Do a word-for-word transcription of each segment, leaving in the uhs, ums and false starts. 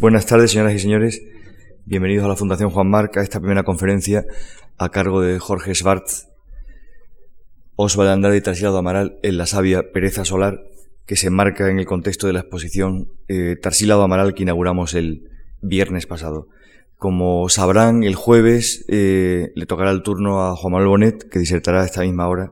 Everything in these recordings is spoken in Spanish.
Buenas tardes, señoras y señores. Bienvenidos a la Fundación Juan Marc, a esta primera conferencia a cargo de Jorge Schwartz, Oswald de Andrade y Tarsila do Amaral en la sabia Pereza Solar, que se enmarca en el contexto de la exposición eh, Tarsila do Amaral que inauguramos el viernes pasado. Como sabrán, el jueves eh, le tocará el turno a Juan Manuel Bonet, que disertará a esta misma hora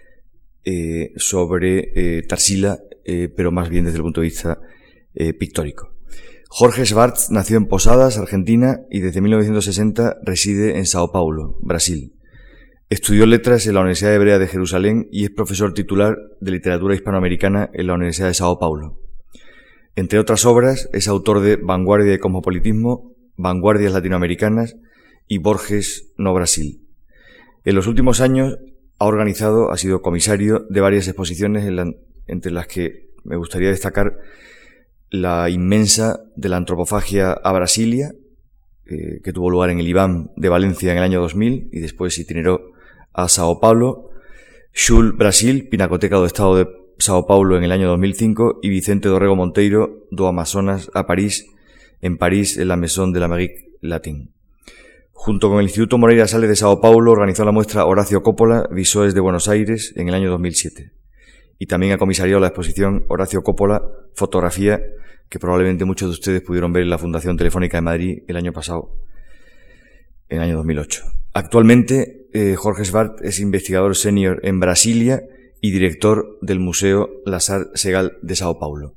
eh, sobre eh, Tarsila, eh, pero más bien desde el punto de vista eh, pictórico. Jorge Schwartz nació en Posadas, Argentina, y desde mil novecientos sesenta reside en Sao Paulo, Brasil. Estudió letras en la Universidad Hebrea de Jerusalén y es profesor titular de literatura hispanoamericana en la Universidad de Sao Paulo. Entre otras obras, es autor de Vanguardia y Cosmopolitismo, Vanguardias Latinoamericanas y Borges no Brasil. En los últimos años ha organizado, ha sido comisario de varias exposiciones, en la, entre las que me gustaría destacar la inmensa de la antropofagia a Brasilia, eh, que tuvo lugar en el IBAM de Valencia en el año dos mil y después itineró a Sao Paulo, Xul Brasil, Pinacoteca do Estado de Sao Paulo en el año dos mil cinco y Vicente Dorrego Monteiro do Amazonas a París, en París en la Maison de l'Amérique Latine. Junto con el Instituto Moreira Salles de Sao Paulo organizó la muestra Horacio Coppola, Visoes de Buenos Aires en el año dos mil siete. Y también ha comisariado la exposición Horacio Coppola, Fotografía, que probablemente muchos de ustedes pudieron ver en la Fundación Telefónica de Madrid el año pasado, en el año dos mil ocho. Actualmente, eh, Jorge Schwartz es investigador senior en Brasilia y director del Museo Lazar Segal de Sao Paulo.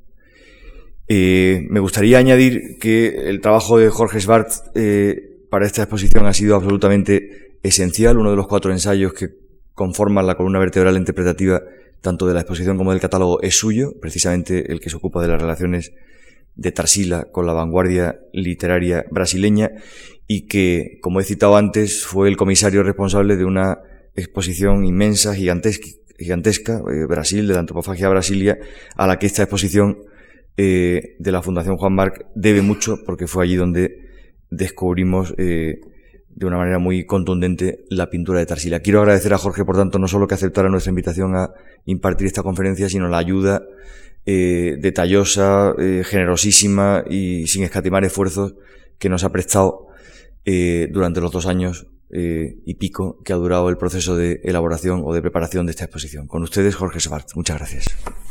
Eh, me gustaría añadir que el trabajo de Jorge Schwartz eh, para esta exposición ha sido absolutamente esencial. Uno de los cuatro ensayos que conforman la columna vertebral interpretativa tanto de la exposición como del catálogo es suyo, precisamente el que se ocupa de las relaciones de Tarsila con la vanguardia literaria brasileña, y que, como he citado antes, fue el comisario responsable de una exposición inmensa, gigantesca, gigantesca eh, Brasil, de la antropofagia Brasilia, a la que esta exposición eh, de la Fundación Juan Marc debe mucho, porque fue allí donde descubrimos eh, de una manera muy contundente la pintura de Tarsila. Quiero agradecer a Jorge, por tanto, no solo que aceptara nuestra invitación a impartir esta conferencia, sino la ayuda eh, detallosa, eh, generosísima y sin escatimar esfuerzos que nos ha prestado eh, durante los dos años eh, y pico que ha durado el proceso de elaboración o de preparación de esta exposición. Con ustedes, Jorge Schwartz. Muchas gracias.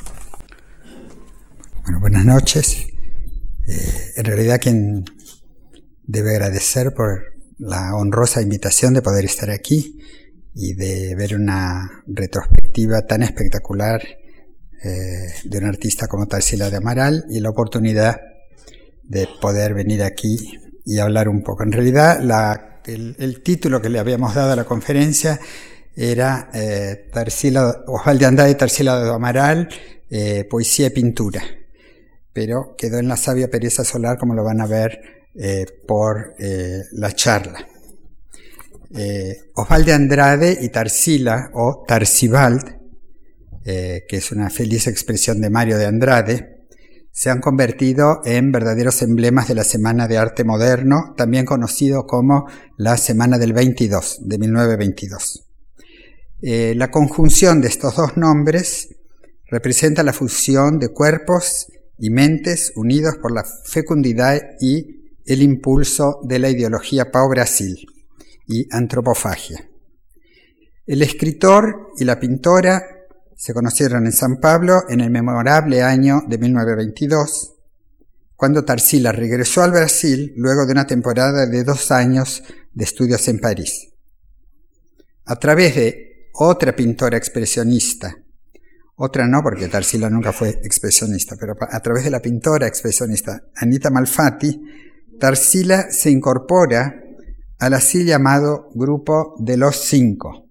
Bueno, buenas noches. Eh, en realidad, quien debe agradecer por la honrosa invitación de poder estar aquí y de ver una retrospectiva tan espectacular eh, de un artista como Tarsila do Amaral, y la oportunidad de poder venir aquí y hablar un poco. En realidad, la, el, el título que le habíamos dado a la conferencia era eh, Tarsila, Oswald de Andrade y Tarsila do Amaral, eh, Poesía y Pintura, pero quedó en la sabia Pereza Solar, como lo van a ver Eh, por eh, la charla. Eh, Oswald de Andrade y Tarsila, o Tarsibald, eh, que es una feliz expresión de Mario de Andrade, se han convertido en verdaderos emblemas de la Semana de Arte Moderno, también conocido como la Semana del veintidós, de mil novecientos veintidós. Eh, la conjunción de estos dos nombres representa la fusión de cuerpos y mentes unidos por la fecundidad y el impulso de la ideología Pau Brasil y antropofagia. El escritor y la pintora se conocieron en San Pablo en el memorable año de mil novecientos veintidós, cuando Tarsila regresó al Brasil luego de una temporada de dos años de estudios en París. A través de otra pintora expresionista, otra no porque Tarsila nunca fue expresionista, pero a través de la pintora expresionista Anita Malfatti, Tarsila se incorpora al así llamado Grupo de los Cinco.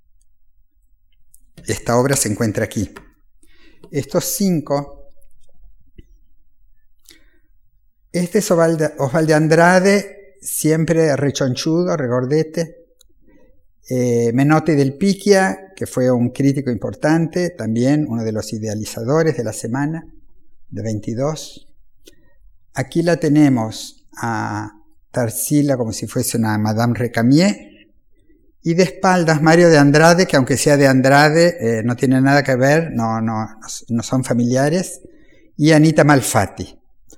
Esta obra se encuentra aquí. Estos cinco, este es Oswald de Andrade, siempre rechonchudo, regordete. Eh, Menotti del Picchia, que fue un crítico importante, también uno de los idealizadores de la semana de veintidós. Aquí la tenemos a Tarsila como si fuese una Madame Recamier, y de espaldas Mario de Andrade, que aunque sea de Andrade eh, no tiene nada que ver, no, no, no son familiares, y Anita Malfatti.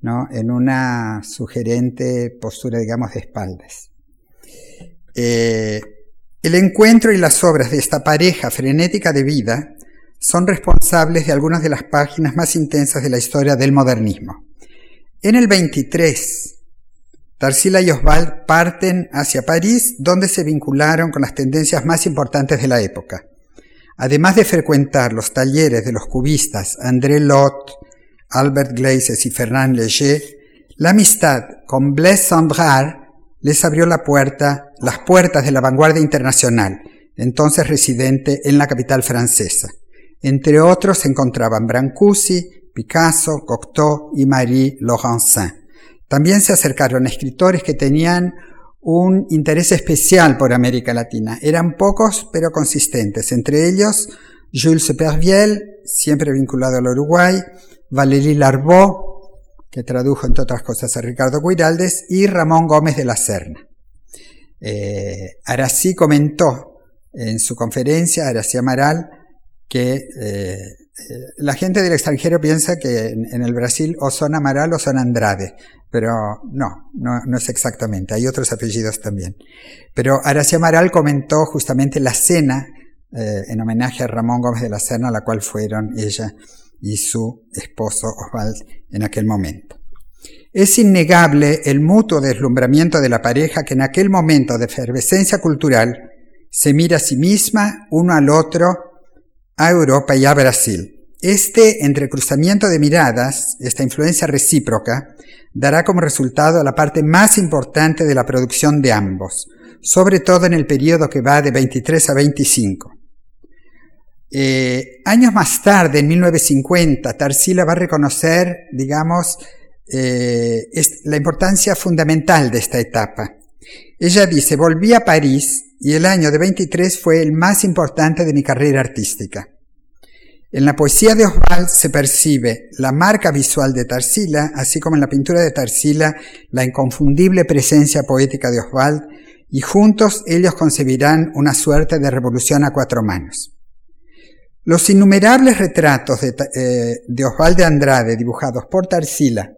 ¿no?, en una sugerente postura, digamos, de espaldas. Eh, el encuentro y las obras de esta pareja frenética de vida son responsables de algunas de las páginas más intensas de la historia del modernismo. En el veintitrés, Tarsila y Oswald parten hacia París, donde se vincularon con las tendencias más importantes de la época. Además de frecuentar los talleres de los cubistas André Lot, Albert Glases y Fernand Léger, la amistad con Blaise Cendrars les abrió la puerta, las puertas de la vanguardia internacional, entonces residente en la capital francesa. Entre otros se encontraban Brancusi, Picasso, Cocteau y Marie Laurencin. También se acercaron a escritores que tenían un interés especial por América Latina. Eran pocos pero consistentes, entre ellos Jules Supervielle, siempre vinculado al Uruguay, Valéry Larbaud, que tradujo entre otras cosas a Ricardo Guiraldes, y Ramón Gómez de la Serna. Eh, Arací comentó en su conferencia, Arací Amaral, que eh, la gente del extranjero piensa que en, en el Brasil o son Amaral o son Andrade, pero no, no, no es exactamente, hay otros apellidos también. Pero Arací Amaral comentó justamente la cena eh, en homenaje a Ramón Gómez de la Serna, a la cual fueron ella y su esposo Oswald en aquel momento. Es innegable el mutuo deslumbramiento de la pareja, que en aquel momento de efervescencia cultural se mira a sí misma, uno al otro, a Europa y a Brasil. Este entrecruzamiento de miradas, esta influencia recíproca, dará como resultado la parte más importante de la producción de ambos, sobre todo en el periodo que va de veintitrés a veinticinco. Eh, años más tarde, en mil novecientos cincuenta, Tarsila va a reconocer, digamos, eh, la importancia fundamental de esta etapa. Ella dice: volví a París y el año de veintitrés fue el más importante de mi carrera artística. En la poesía de Oswald se percibe la marca visual de Tarsila, así como en la pintura de Tarsila la inconfundible presencia poética de Oswald, y juntos ellos concebirán una suerte de revolución a cuatro manos. Los innumerables retratos de, eh, de Oswald de Andrade dibujados por Tarsila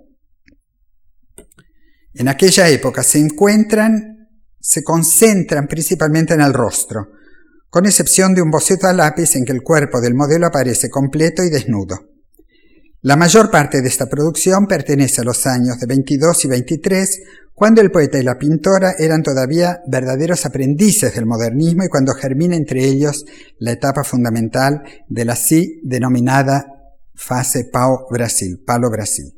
en aquella época se encuentran, se concentran principalmente en el rostro, con excepción de un boceto a lápiz en que el cuerpo del modelo aparece completo y desnudo. La mayor parte de esta producción pertenece a los años de veintidós y veintitrés, cuando el poeta y la pintora eran todavía verdaderos aprendices del modernismo y cuando germina entre ellos la etapa fundamental de la así denominada fase Pau Brasil, Palo Brasil.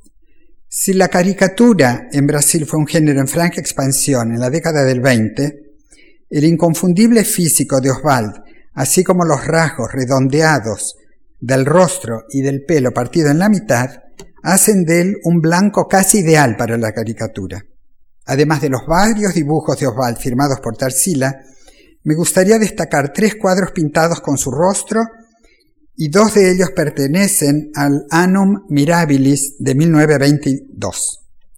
Si la caricatura en Brasil fue un género en franca expansión en la década del veinte, el inconfundible físico de Oswald, así como los rasgos redondeados del rostro y del pelo partido en la mitad, hacen de él un blanco casi ideal para la caricatura. Además de los varios dibujos de Oswald firmados por Tarsila, me gustaría destacar tres cuadros pintados con su rostro, y dos de ellos pertenecen al Annum Mirabilis de mil novecientos veintidós.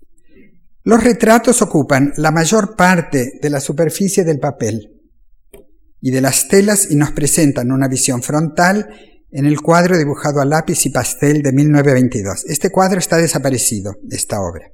Los retratos ocupan la mayor parte de la superficie del papel y de las telas y nos presentan una visión frontal en el cuadro dibujado a lápiz y pastel de mil novecientos veintidós. Este cuadro está desaparecido, esta obra.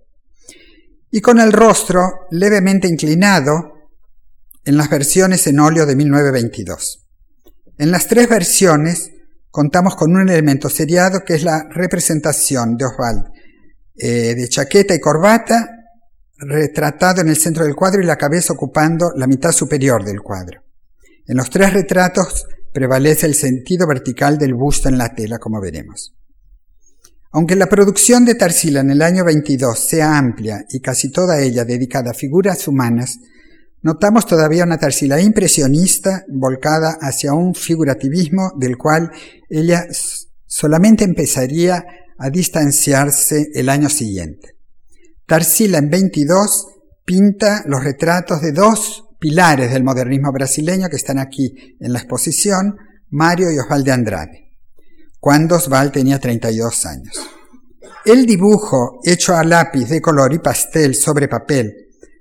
Y con el rostro levemente inclinado en las versiones en óleo de mil novecientos veintidós. En las tres versiones contamos con un elemento seriado que es la representación de Oswald eh, de chaqueta y corbata, retratado en el centro del cuadro y la cabeza ocupando la mitad superior del cuadro. En los tres retratos prevalece el sentido vertical del busto en la tela, como veremos. Aunque la producción de Tarsila en el año veintidós sea amplia y casi toda ella dedicada a figuras humanas, notamos todavía una Tarsila impresionista volcada hacia un figurativismo del cual ella solamente empezaría a distanciarse el año siguiente. Tarsila en veintidós pinta los retratos de dos pilares del modernismo brasileño que están aquí en la exposición, Mario y Oswald de Andrade, cuando Oswald tenía treinta y dos años. El dibujo hecho a lápiz de color y pastel sobre papel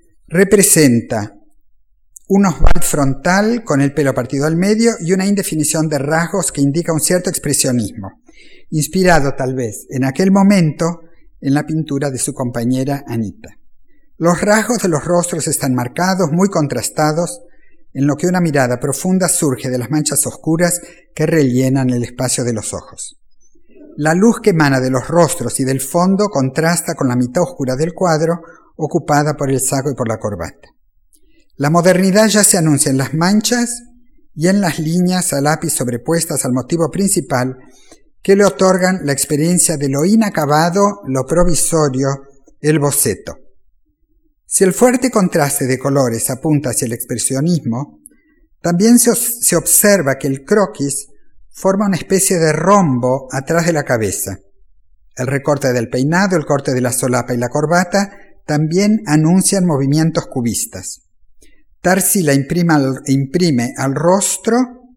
representa un Oswald frontal con el pelo partido al medio y una indefinición de rasgos que indica un cierto expresionismo, inspirado tal vez en aquel momento en la pintura de su compañera Anita. Los rasgos de los rostros están marcados, muy contrastados, en lo que una mirada profunda surge de las manchas oscuras que rellenan el espacio de los ojos. La luz que emana de los rostros y del fondo contrasta con la mitad oscura del cuadro, ocupada por el saco y por la corbata. La modernidad ya se anuncia en las manchas y en las líneas a lápiz sobrepuestas al motivo principal que le otorgan la experiencia de lo inacabado, lo provisorio, el boceto. Si el fuerte contraste de colores apunta hacia el expresionismo, también se, se observa que el croquis forma una especie de rombo atrás de la cabeza. El recorte del peinado, el corte de la solapa y la corbata también anuncian movimientos cubistas. Tarsila imprime al, imprime al rostro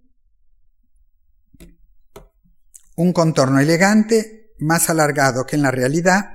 un contorno elegante, más alargado que en la realidad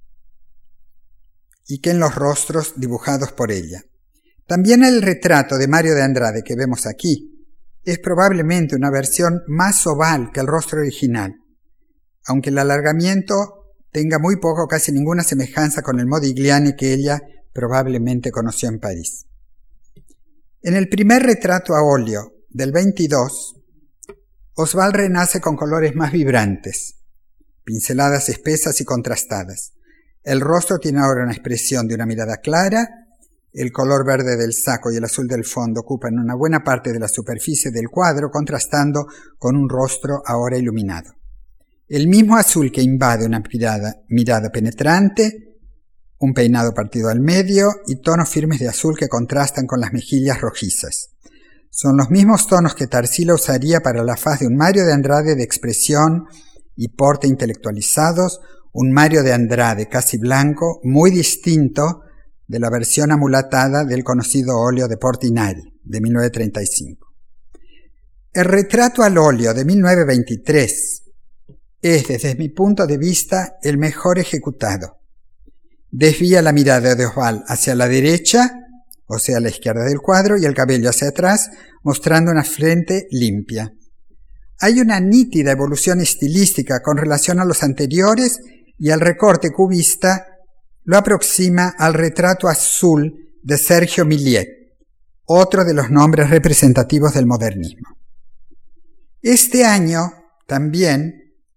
y que en los rostros dibujados por ella. También el retrato de Mario de Andrade que vemos aquí es probablemente una versión más oval que el rostro original, aunque el alargamiento tenga muy poco o casi ninguna semejanza con el Modigliani que ella probablemente conoció en París. En el primer retrato a óleo del veintidós, Oswald renace con colores más vibrantes, pinceladas espesas y contrastadas. El rostro tiene ahora una expresión de una mirada clara, el color verde del saco y el azul del fondo ocupan una buena parte de la superficie del cuadro, contrastando con un rostro ahora iluminado. El mismo azul que invade una mirada, mirada penetrante, un peinado partido al medio y tonos firmes de azul que contrastan con las mejillas rojizas. Son los mismos tonos que Tarsila usaría para la faz de un Mario de Andrade de expresión y porte intelectualizados, un Mario de Andrade casi blanco, muy distinto de la versión amulatada del conocido óleo de Portinari, de mil novecientos treinta y cinco. El retrato al óleo de mil novecientos veintitrés es, desde mi punto de vista, el mejor ejecutado. Desvía la mirada de Oswald hacia la derecha, o sea, a la izquierda del cuadro, y el cabello hacia atrás, mostrando una frente limpia. Hay una nítida evolución estilística con relación a los anteriores y el recorte cubista lo aproxima al retrato azul de Sergio Millet, otro de los nombres representativos del modernismo. Este año también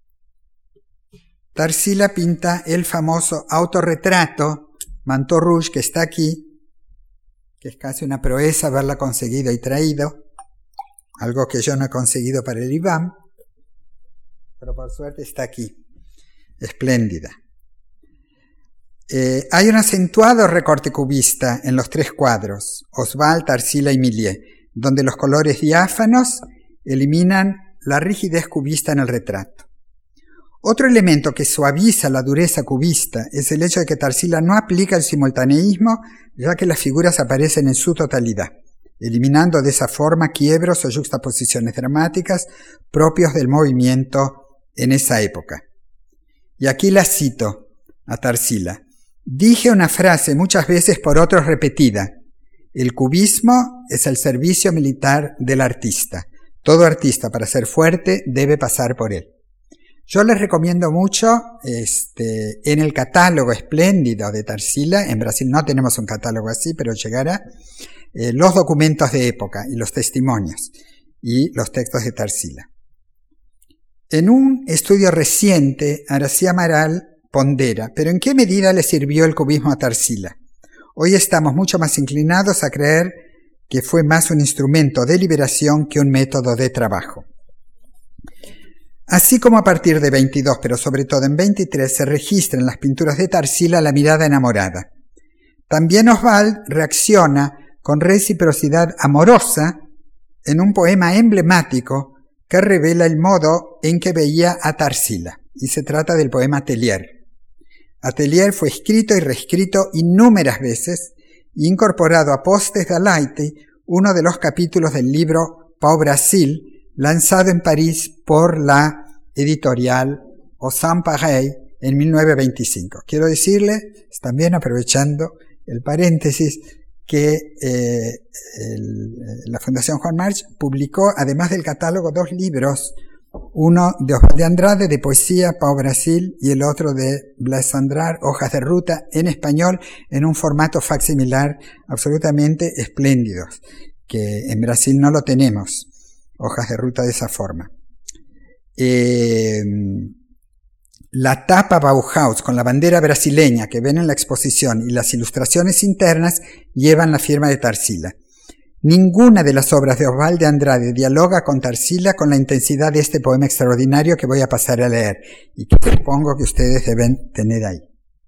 Tarsila pinta el famoso autorretrato Manteau Rouge que está aquí, que es casi una proeza haberla conseguido y traído, algo que yo no he conseguido para el I B A M, pero por suerte está aquí, espléndida. Eh, hay un acentuado recorte cubista en los tres cuadros, Oswald, Tarsila y Millet, donde los colores diáfanos eliminan la rigidez cubista en el retrato. Otro elemento que suaviza la dureza cubista es el hecho de que Tarsila no aplica el simultaneísmo, ya que las figuras aparecen en su totalidad, eliminando de esa forma quiebros o yuxtaposiciones dramáticas propios del movimiento en esa época. Y aquí la cito a Tarsila. Dije una frase muchas veces por otros repetida. El cubismo es el servicio militar del artista. Todo artista, para ser fuerte, debe pasar por él. Yo les recomiendo mucho este, en el catálogo espléndido de Tarsila, en Brasil no tenemos un catálogo así, pero llegará, eh, los documentos de época y los testimonios y los textos de Tarsila. En un estudio reciente, Arací Amaral pondera, pero ¿en qué medida le sirvió el cubismo a Tarsila? Hoy estamos mucho más inclinados a creer que fue más un instrumento de liberación que un método de trabajo. Así como a partir de veintidós, pero sobre todo en veintitrés, se registra en las pinturas de Tarsila la mirada enamorada. También Oswald reacciona con reciprocidad amorosa en un poema emblemático que revela el modo en que veía a Tarsila, y se trata del poema Atelier. Atelier fue escrito y reescrito innúmeras veces e incorporado a Postes d'Alaite, uno de los capítulos del libro Pau Brasil, lanzado en París por la editorial Au Sans Pareil en mil novecientos veinticinco. Quiero decirle, también aprovechando el paréntesis, que eh, el, la Fundación Juan March publicó, además del catálogo, dos libros Uno de Oswald de Andrade, de poesía, Pau Brasil, y el otro de Blas Sandrar, Hojas de Ruta, en español, en un formato facsimilar absolutamente espléndidos, que en Brasil no lo tenemos, Hojas de Ruta de esa forma. Eh, la tapa Bauhaus con la bandera brasileña que ven en la exposición y las ilustraciones internas llevan la firma de Tarsila. Ninguna de las obras de Oswald de Andrade dialoga con Tarsila con la intensidad de este poema extraordinario que voy a pasar a leer y que supongo que ustedes deben tener ahí.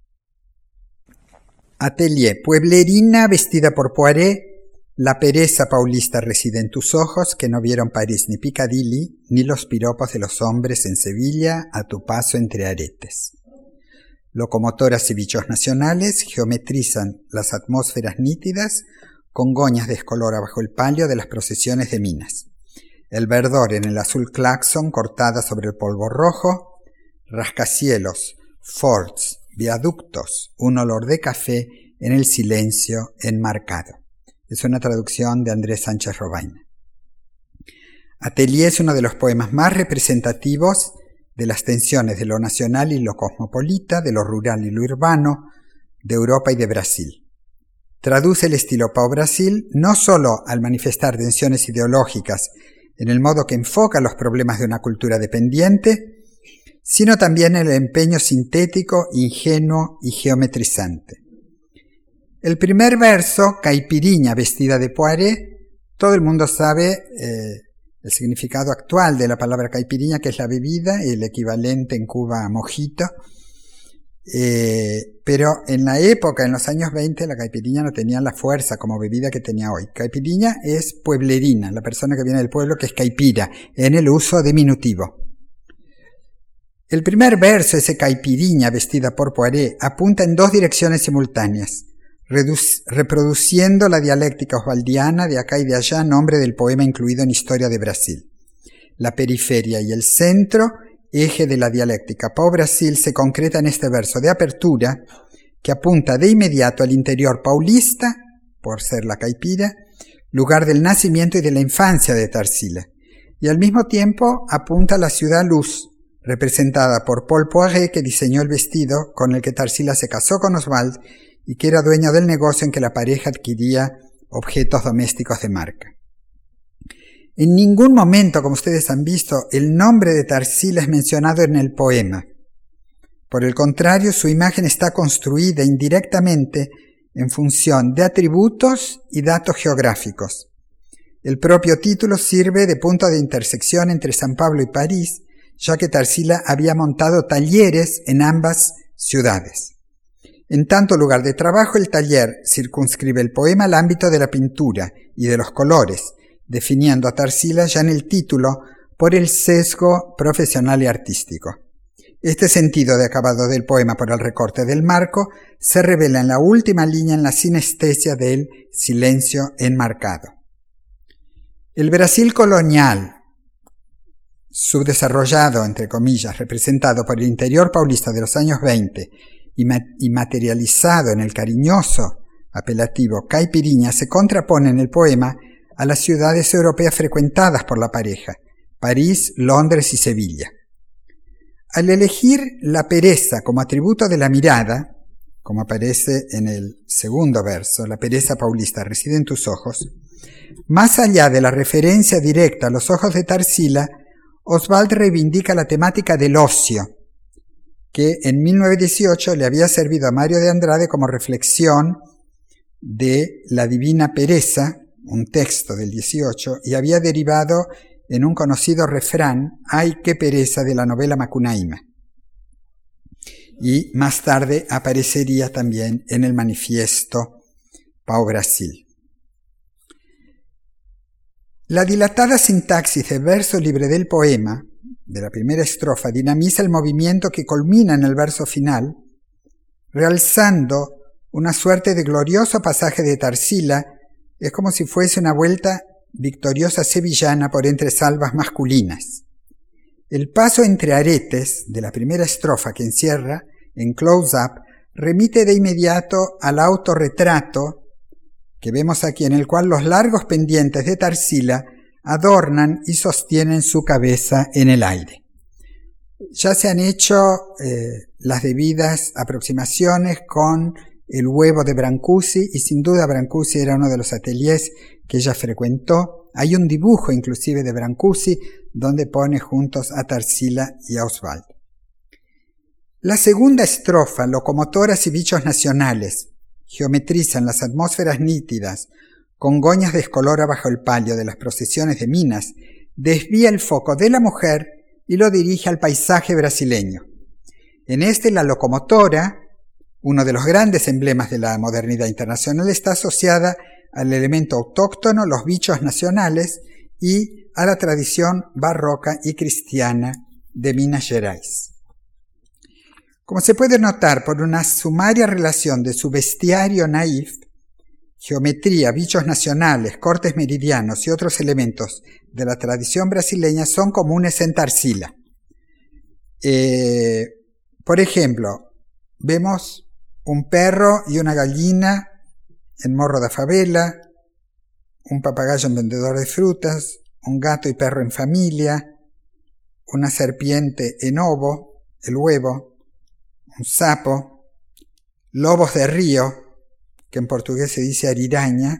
Atelier. Pueblerina vestida por Poiret, la pereza paulista reside en tus ojos que no vieron París ni Piccadilly, ni los piropos de los hombres en Sevilla a tu paso entre aretes. Locomotoras y bichos nacionales geometrizan las atmósferas nítidas con goñas de escolora bajo el palio de las procesiones de minas. El verdor en el azul claxon cortada sobre el polvo rojo, rascacielos, forts, viaductos, un olor de café en el silencio enmarcado. Es una traducción de Andrés Sánchez Robaina. Atelier es uno de los poemas más representativos de las tensiones de lo nacional y lo cosmopolita, de lo rural y lo urbano, de Europa y de Brasil. Traduce el estilo Pau Brasil no solo al manifestar tensiones ideológicas en el modo que enfoca los problemas de una cultura dependiente, sino también en el empeño sintético, ingenuo y geometrizante. El primer verso, Caipiriña vestida de Poiret, todo el mundo sabe eh, el significado actual de la palabra caipiriña, que es la bebida, el equivalente en Cuba a mojito. Eh, pero en la época, en los años veinte, la caipiriña no tenía la fuerza como bebida que tenía hoy. Caipiriña es pueblerina, la persona que viene del pueblo, que es caipira, en el uso diminutivo. El primer verso, ese caipiriña vestida por Poiret, apunta en dos direcciones simultáneas, reproduciendo la dialéctica oswaldiana de acá y de allá, nombre del poema incluido en Historia de Brasil. La periferia y el centro, eje de la dialéctica Pau Brasil, se concreta en este verso de apertura que apunta de inmediato al interior paulista, por ser la caipira, lugar del nacimiento y de la infancia de Tarsila, y al mismo tiempo apunta a la ciudad luz, representada por Paul Poiret, que diseñó el vestido con el que Tarsila se casó con Oswald y que era dueño del negocio en que la pareja adquiría objetos domésticos de marca. En ningún momento, como ustedes han visto, el nombre de Tarsila es mencionado en el poema. Por el contrario, su imagen está construida indirectamente en función de atributos y datos geográficos. El propio título sirve de punto de intersección entre San Pablo y París, ya que Tarsila había montado talleres en ambas ciudades. En tanto lugar de trabajo, el taller circunscribe el poema al ámbito de la pintura y de los colores, definiendo a Tarsila ya en el título por el sesgo profesional y artístico. Este sentido de acabado del poema por el recorte del marco se revela en la última línea en la sinestesia del silencio enmarcado. El Brasil colonial, subdesarrollado, entre comillas, representado por el interior paulista de los años veinte y materializado en el cariñoso apelativo caipiriña, se contrapone en el poema a las ciudades europeas frecuentadas por la pareja, París, Londres y Sevilla. Al elegir la pereza como atributo de la mirada, como aparece en el segundo verso, la pereza paulista reside en tus ojos, más allá de la referencia directa a los ojos de Tarsila, Oswald reivindica la temática del ocio, que en mil novecientos dieciocho le había servido a Mario de Andrade como reflexión de La Divina Pereza, un texto del dieciocho, y había derivado en un conocido refrán, ¡ay qué pereza!, de la novela Macunaíma. Y más tarde aparecería también en el manifiesto Pau Brasil. La dilatada sintaxis del verso libre del poema, de la primera estrofa, dinamiza el movimiento que culmina en el verso final, realzando una suerte de glorioso pasaje de Tarsila. Es como si fuese una vuelta victoriosa sevillana por entre salvas masculinas. El paso entre aretes de la primera estrofa que encierra en close-up remite de inmediato al autorretrato que vemos aquí, en el cual los largos pendientes de Tarsila adornan y sostienen su cabeza en el aire. Ya se han hecho eh, las debidas aproximaciones con el huevo de Brancusi, y sin duda Brancusi era uno de los ateliers que ella frecuentó. Hay un dibujo inclusive de Brancusi donde pone juntos a Tarsila y a Oswald. La segunda estrofa, locomotoras y bichos nacionales, geometrizan las atmósferas nítidas, con goñas de escolora bajo el palio de las procesiones de minas, desvía el foco de la mujer y lo dirige al paisaje brasileño. En este, la locomotora, uno de los grandes emblemas de la modernidad internacional, está asociada al elemento autóctono, los bichos nacionales, y a la tradición barroca y cristiana de Minas Gerais. Como se puede notar por una sumaria relación de su bestiario naif, geometría, bichos nacionales, cortes meridianos y otros elementos de la tradición brasileña son comunes en Tarsila. Eh, por ejemplo, vemos un perro y una gallina en Morro da Favela, un papagayo en Vendedor de Frutas, un gato y perro en familia, una serpiente en ovo, el huevo, un sapo, lobos de río, que en portugués se dice ariraña,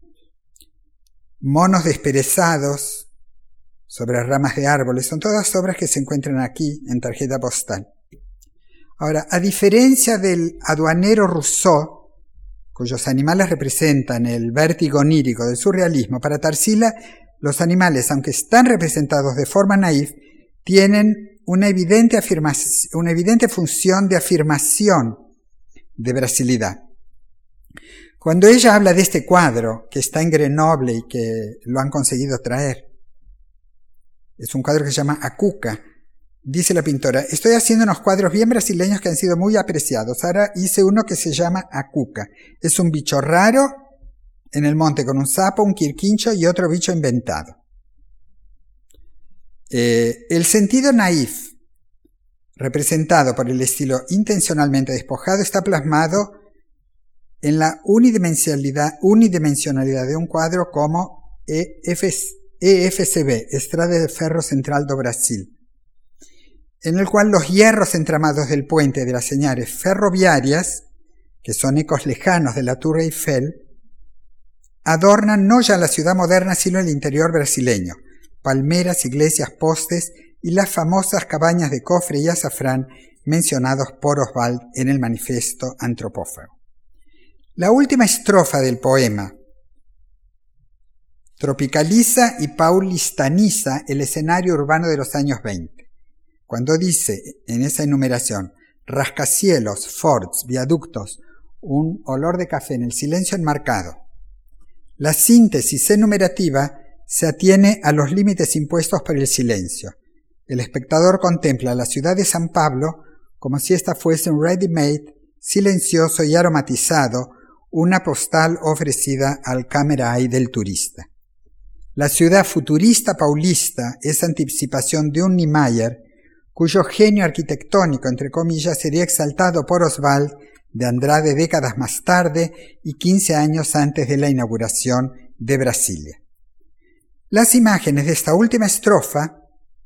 monos desperezados sobre ramas de árboles. Son todas obras que se encuentran aquí en tarjeta postal. Ahora, a diferencia del aduanero Rousseau, cuyos animales representan el vértigo onírico del surrealismo, para Tarsila los animales, aunque están representados de forma naif, tienen una evidente, una evidente función de afirmación de brasilidad. Cuando ella habla de este cuadro, que está en Grenoble y que lo han conseguido traer, es un cuadro que se llama Acuca, dice la pintora: estoy haciendo unos cuadros bien brasileños que han sido muy apreciados. Ahora hice uno que se llama Acuca. Es un bicho raro en el monte con un sapo, un quirquincho y otro bicho inventado. Eh, el sentido naif, representado por el estilo intencionalmente despojado, está plasmado en la unidimensionalidad, unidimensionalidad de un cuadro como E F C B, Estrada de Ferro Central do Brasil, en el cual los hierros entramados del puente de las señales ferroviarias, que son ecos lejanos de la Tour Eiffel, adornan no ya la ciudad moderna, sino el interior brasileño: palmeras, iglesias, postes y las famosas cabañas de cofre y azafrán mencionados por Oswald en el manifiesto antropófago. La última estrofa del poema tropicaliza y paulistaniza el escenario urbano de los años veinte, cuando dice en esa enumeración: rascacielos, forts, viaductos, un olor de café en el silencio enmarcado. La síntesis enumerativa se atiene a los límites impuestos por el silencio. El espectador contempla la ciudad de San Pablo como si ésta fuese un ready-made, silencioso y aromatizado, una postal ofrecida al camera eye del turista. La ciudad futurista paulista es anticipación de un Niemeyer, cuyo genio arquitectónico, entre comillas, sería exaltado por Oswald de Andrade décadas más tarde y quince años antes de la inauguración de Brasilia. Las imágenes de esta última estrofa,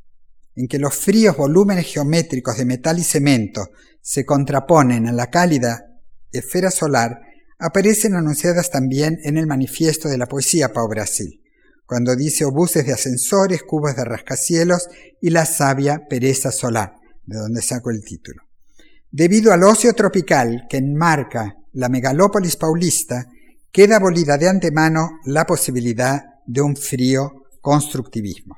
en que los fríos volúmenes geométricos de metal y cemento se contraponen a la cálida esfera solar, aparecen anunciadas también en el manifiesto de la poesía Pau Brasil, cuando dice obuses de ascensores, cubos de rascacielos y la sabia pereza solar, de donde saco el título. Debido al ocio tropical que enmarca la megalópolis paulista, queda abolida de antemano la posibilidad de un frío constructivismo.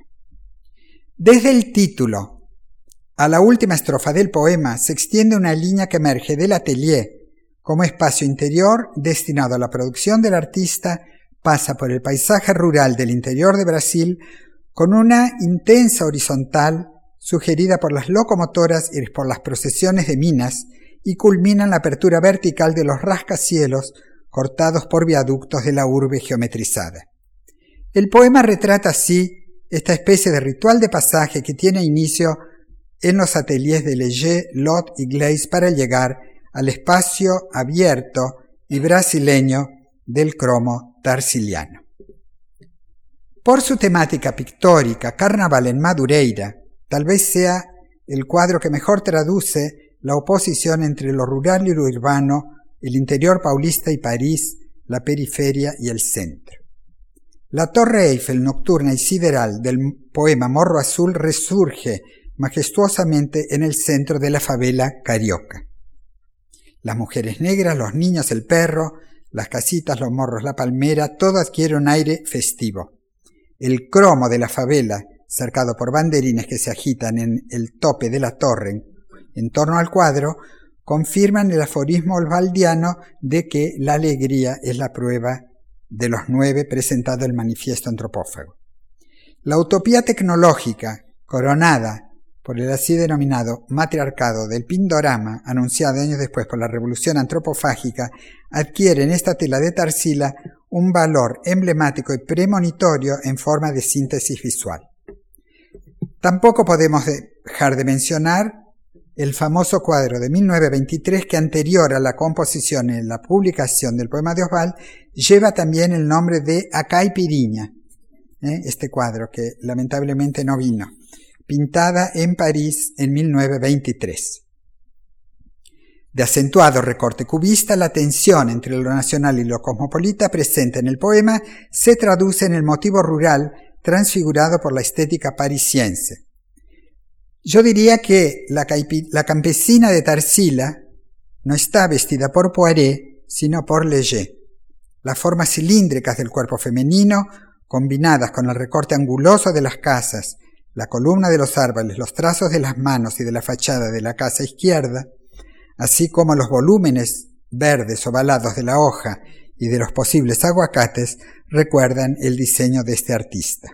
Desde el título a la última estrofa del poema se extiende una línea que emerge del atelier como espacio interior destinado a la producción del artista, pasa por el paisaje rural del interior de Brasil con una intensa horizontal sugerida por las locomotoras y por las procesiones de minas, y culmina en la apertura vertical de los rascacielos cortados por viaductos de la urbe geometrizada. El poema retrata así esta especie de ritual de pasaje que tiene inicio en los ateliers de Leger, Lot y Gleis para llegar al espacio abierto y brasileño del cromo tarsiliano. Por su temática pictórica, Carnaval en Madureira tal vez sea el cuadro que mejor traduce la oposición entre lo rural y lo urbano, el interior paulista y París, la periferia y el centro. La Torre Eiffel nocturna y sideral del poema Morro Azul resurge majestuosamente en el centro de la favela carioca. Las mujeres negras, los niños, el perro, las casitas, los morros, la palmera, todo adquiere un aire festivo. El cromo de la favela, cercado por banderines que se agitan en el tope de la torre en, en torno al cuadro, confirman el aforismo osvaldiano de que la alegría es la prueba de los nueve presentado el manifiesto antropófago. La utopía tecnológica, coronada por el así denominado matriarcado del Pindorama, anunciado años después por la revolución antropofágica, adquiere en esta tela de Tarsila un valor emblemático y premonitorio en forma de síntesis visual. Tampoco podemos dejar de mencionar el famoso cuadro de mil novecientos veintitrés que, anterior a la composición y la publicación del poema de Oswald, lleva también el nombre de A Caipiriña, ¿eh? este cuadro que lamentablemente no vino, pintada en París en mil novecientos veintitrés. De acentuado recorte cubista, la tensión entre lo nacional y lo cosmopolita presente en el poema se traduce en el motivo rural transfigurado por la estética parisiense. Yo diría que la, la campesina de Tarsila no está vestida por Poiret, sino por Léger. Las formas cilíndricas del cuerpo femenino, combinadas con el recorte anguloso de las casas, la columna de los árboles, los trazos de las manos y de la fachada de la casa izquierda, así como los volúmenes verdes ovalados de la hoja y de los posibles aguacates, recuerdan el diseño de este artista.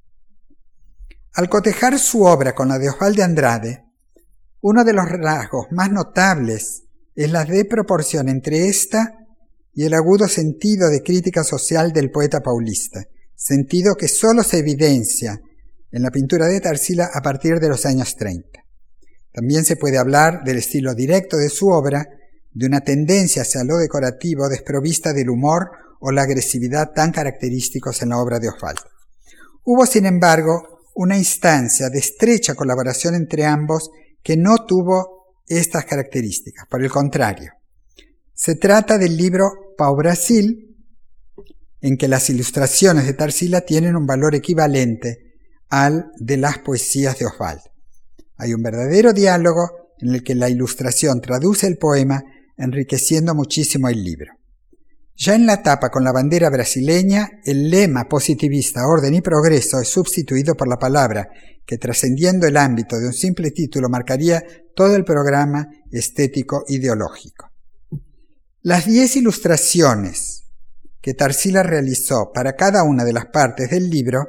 Al cotejar su obra con la de Oswald de Andrade, uno de los rasgos más notables es la desproporción entre esta y el agudo sentido de crítica social del poeta paulista, sentido que solo se evidencia en la pintura de Tarsila a partir de los años treinta. También se puede hablar del estilo directo de su obra, de una tendencia hacia lo decorativo desprovista del humor o la agresividad tan característicos en la obra de Oswald. Hubo, sin embargo, una instancia de estrecha colaboración entre ambos que no tuvo estas características. Por el contrario, se trata del libro Pau Brasil, en que las ilustraciones de Tarsila tienen un valor equivalente al de las poesías de Oswald. Hay un verdadero diálogo en el que la ilustración traduce el poema, enriqueciendo muchísimo el libro. Ya en la tapa con la bandera brasileña, el lema positivista orden y progreso es sustituido por la palabra que, trascendiendo el ámbito de un simple título, marcaría todo el programa estético ideológico. Las diez ilustraciones que Tarsila realizó para cada una de las partes del libro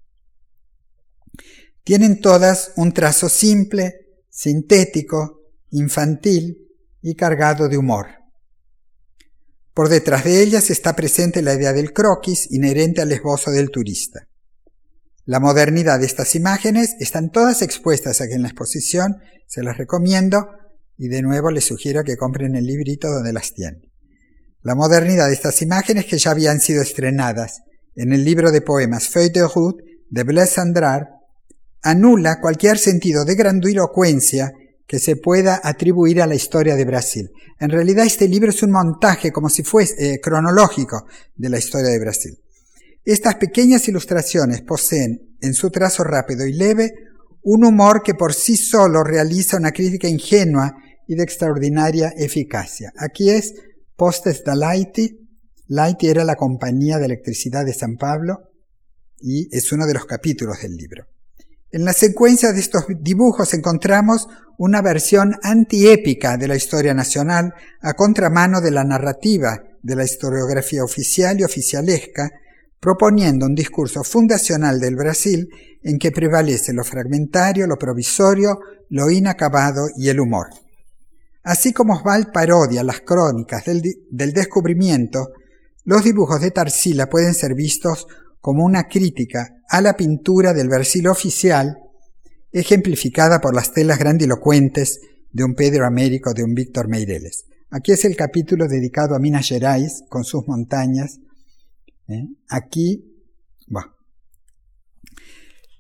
tienen todas un trazo simple, sintético, infantil y cargado de humor. Por detrás de ellas está presente la idea del croquis inherente al esbozo del turista. La modernidad de estas imágenes están todas expuestas aquí en la exposición, se las recomiendo y de nuevo les sugiero que compren el librito donde las tienen. La modernidad de estas imágenes, que ya habían sido estrenadas en el libro de poemas Feuille de route de Blaise Cendrars, anula cualquier sentido de grandilocuencia que se pueda atribuir a la historia de Brasil. En realidad este libro es un montaje como si fuese eh, cronológico de la historia de Brasil. Estas pequeñas ilustraciones poseen en su trazo rápido y leve un humor que por sí solo realiza una crítica ingenua y de extraordinaria eficacia. Aquí es Postes da Light. Light era la compañía de electricidad de San Pablo y es uno de los capítulos del libro. En la secuencia de estos dibujos encontramos una versión antiépica de la historia nacional a contramano de la narrativa de la historiografía oficial y oficialesca, proponiendo un discurso fundacional del Brasil en que prevalece lo fragmentario, lo provisorio, lo inacabado y el humor. Así como Oswald parodia las crónicas del, del descubrimiento, los dibujos de Tarsila pueden ser vistos como una crítica a la pintura del Brasil oficial, ejemplificada por las telas grandilocuentes de un Pedro Américo, de un Víctor Meireles. Aquí es el capítulo dedicado a Minas Gerais, con sus montañas. ¿Eh? Aquí, bueno,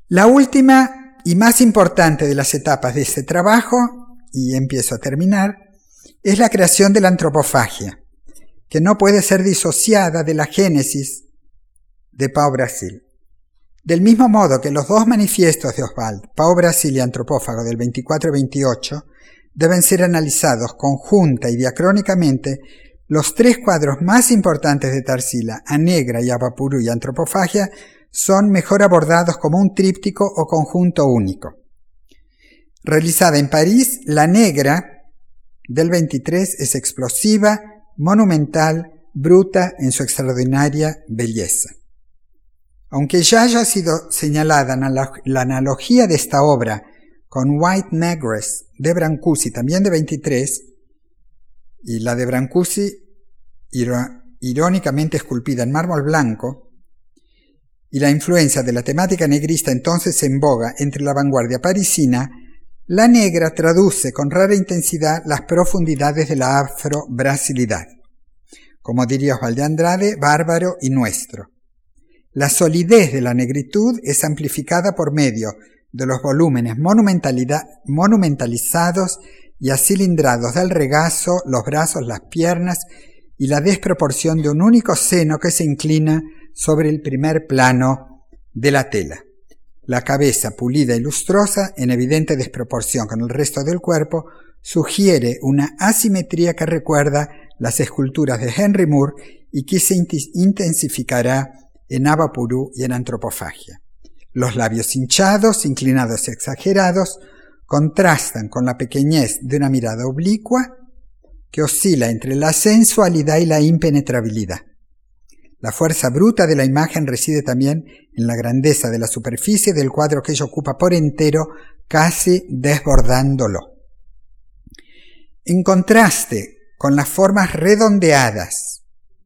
La última y más importante de las etapas de este trabajo, y empiezo a terminar, es la creación de la antropofagia, que no puede ser disociada de la génesis de Pau Brasil. Del mismo modo que los dos manifiestos de Oswald, Pau Brasil y Antropófago del veinticuatro y veintiocho, deben ser analizados conjunta y diacrónicamente, los tres cuadros más importantes de Tarsila, Anegra y Abapuru y Antropofagia, son mejor abordados como un tríptico o conjunto único. Realizada en París, la Negra del veintitrés es explosiva, monumental, bruta en su extraordinaria belleza. Aunque ya haya sido señalada la analogía de esta obra con White Negress de Brancusi, también de veintitrés, y la de Brancusi irónicamente esculpida en mármol blanco, y la influencia de la temática negrista entonces en boga entre la vanguardia parisina, la Negra traduce con rara intensidad las profundidades de la afro-brasilidad, como diría Oswald de Andrade, bárbaro y nuestro. La solidez de la negritud es amplificada por medio de los volúmenes monumentalizados y acilindrados del regazo, los brazos, las piernas y la desproporción de un único seno que se inclina sobre el primer plano de la tela. La cabeza pulida y lustrosa, en evidente desproporción con el resto del cuerpo, sugiere una asimetría que recuerda las esculturas de Henry Moore y que se intensificará en Abapuru y en Antropofagia. Los labios hinchados, inclinados y exagerados, contrastan con la pequeñez de una mirada oblicua que oscila entre la sensualidad y la impenetrabilidad. La fuerza bruta de la imagen reside también en la grandeza de la superficie del cuadro que ella ocupa por entero, casi desbordándolo. En contraste con las formas redondeadas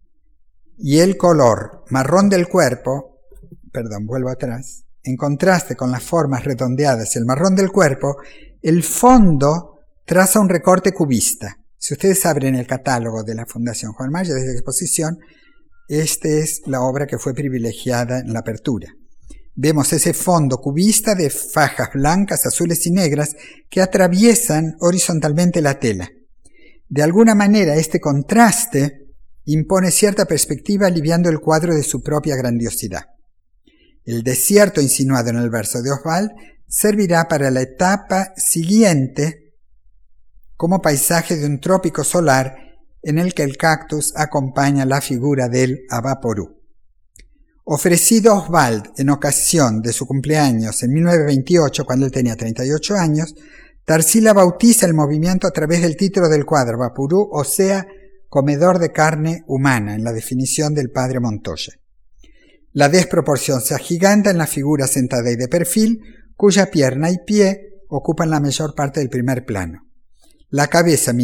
y el color marrón del cuerpo, perdón, vuelvo atrás, en contraste con las formas redondeadas y el marrón del cuerpo, el fondo traza un recorte cubista. Si ustedes abren el catálogo de la Fundación Juan March de esta exposición, esta es la obra que fue privilegiada en la apertura. Vemos ese fondo cubista de fajas blancas, azules y negras que atraviesan horizontalmente la tela. De alguna manera, este contraste impone cierta perspectiva aliviando el cuadro de su propia grandiosidad. El desierto insinuado en el verso de Oswald servirá para la etapa siguiente como paisaje de un trópico solar en el que el cactus acompaña la figura del Abapuru. Ofrecido a Oswald en ocasión de su cumpleaños en mil novecientos veintiocho, cuando él tenía treinta y ocho años, Tarsila bautiza el movimiento a través del título del cuadro, Abapuru, o sea, comedor de carne humana, en la definición del padre Montoya. La desproporción se agiganta en la figura sentada y de perfil, cuya pierna y pie ocupan la mayor parte del primer plano. La cabeza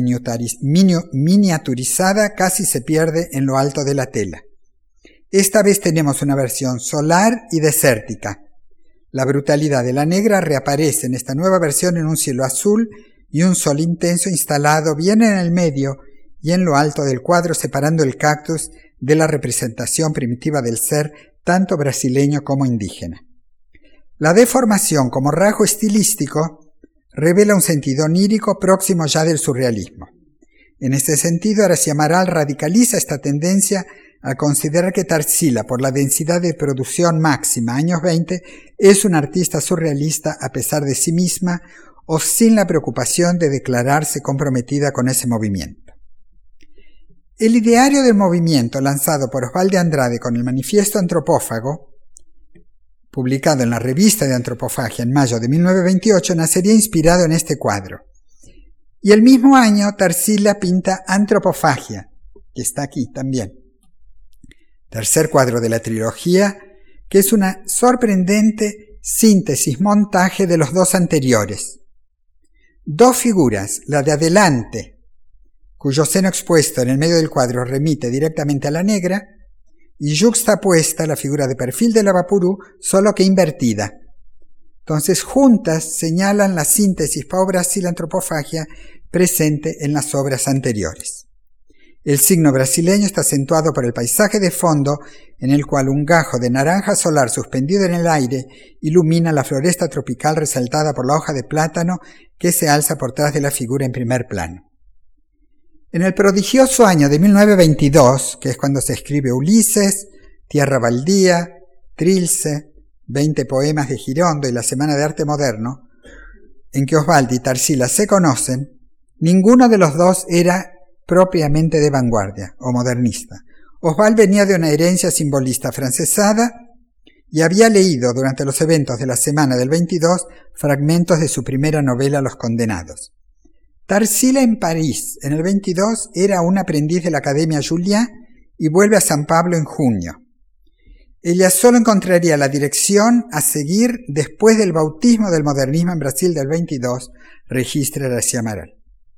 miniaturizada casi se pierde en lo alto de la tela. Esta vez tenemos una versión solar y desértica. La brutalidad de la Negra reaparece en esta nueva versión en un cielo azul y un sol intenso instalado bien en el medio y en lo alto del cuadro, separando el cactus de la representación primitiva del ser, tanto brasileño como indígena. La deformación como rasgo estilístico revela un sentido onírico próximo ya del surrealismo. En este sentido, Horacio Amaral radicaliza esta tendencia al considerar que Tarsila, por la densidad de producción máxima, años veinte, es una artista surrealista a pesar de sí misma o sin la preocupación de declararse comprometida con ese movimiento. El ideario del movimiento lanzado por Oswald de Andrade con el Manifiesto Antropófago, publicado en la Revista de Antropofagia en mayo de mil novecientos veintiocho, nacería inspirado en este cuadro. Y el mismo año Tarsila pinta Antropofagia, que está aquí también. Tercer cuadro de la trilogía, que es una sorprendente síntesis montaje de los dos anteriores. Dos figuras, la de adelante, cuyo seno expuesto en el medio del cuadro remite directamente a la Negra, y yuxtapuesta la figura de perfil del Abapuru, solo que invertida. Entonces, juntas señalan la síntesis Pau Brasil Antropofagia presente en las obras anteriores. El signo brasileño está acentuado por el paisaje de fondo, en el cual un gajo de naranja solar suspendido en el aire ilumina la floresta tropical resaltada por la hoja de plátano que se alza por tras de la figura en primer plano. En el prodigioso año de mil novecientos veintidós, que es cuando se escribe Ulises, Tierra Baldía, Trilce, veinte poemas de Girondo y la Semana de Arte Moderno, en que Oswald y Tarsila se conocen, ninguno de los dos era propiamente de vanguardia o modernista. Oswald venía de una herencia simbolista francesada y había leído durante los eventos de la Semana del veintidós fragmentos de su primera novela Los Condenados. Tarsila en París en el veintidós era un aprendiz de la Academia Julian y vuelve a San Pablo en junio. Ella solo encontraría la dirección a seguir después del bautismo del modernismo en Brasil del veintidós, registra García Amaral.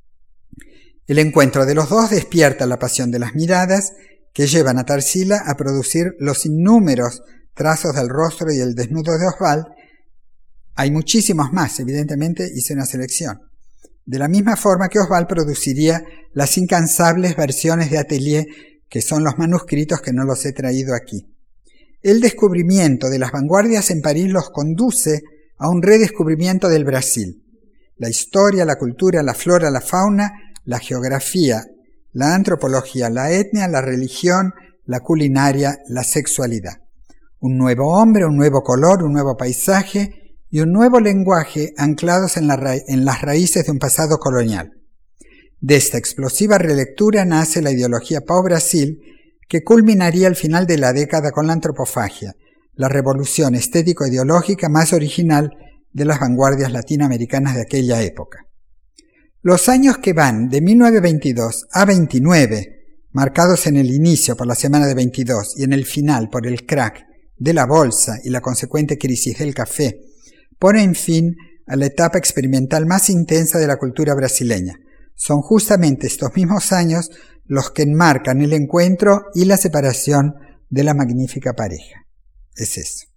El encuentro de los dos despierta la pasión de las miradas que llevan a Tarsila a producir los innúmeros trazos del rostro y el desnudo de Oswald. Hay muchísimos más, evidentemente hice una selección. De la misma forma que Oswald produciría las incansables versiones de Atelier, que son los manuscritos que no los he traído aquí. El descubrimiento de las vanguardias en París los conduce a un redescubrimiento del Brasil. La historia, la cultura, la flora, la fauna, la geografía, la antropología, la etnia, la religión, la culinaria, la sexualidad. Un nuevo hombre, un nuevo color, un nuevo paisaje y un nuevo lenguaje anclados en, la ra- en las raíces de un pasado colonial. De esta explosiva relectura nace la ideología Pau Brasil, que culminaría al final de la década con la antropofagia, la revolución estético-ideológica más original de las vanguardias latinoamericanas de aquella época. Los años que van de mil novecientos veintidós a veintinueve, marcados en el inicio por la Semana de veintidós y en el final por el crack de la bolsa y la consecuente crisis del café, ponen fin a la etapa experimental más intensa de la cultura brasileña. Son justamente estos mismos años los que enmarcan el encuentro y la separación de la magnífica pareja. Es eso.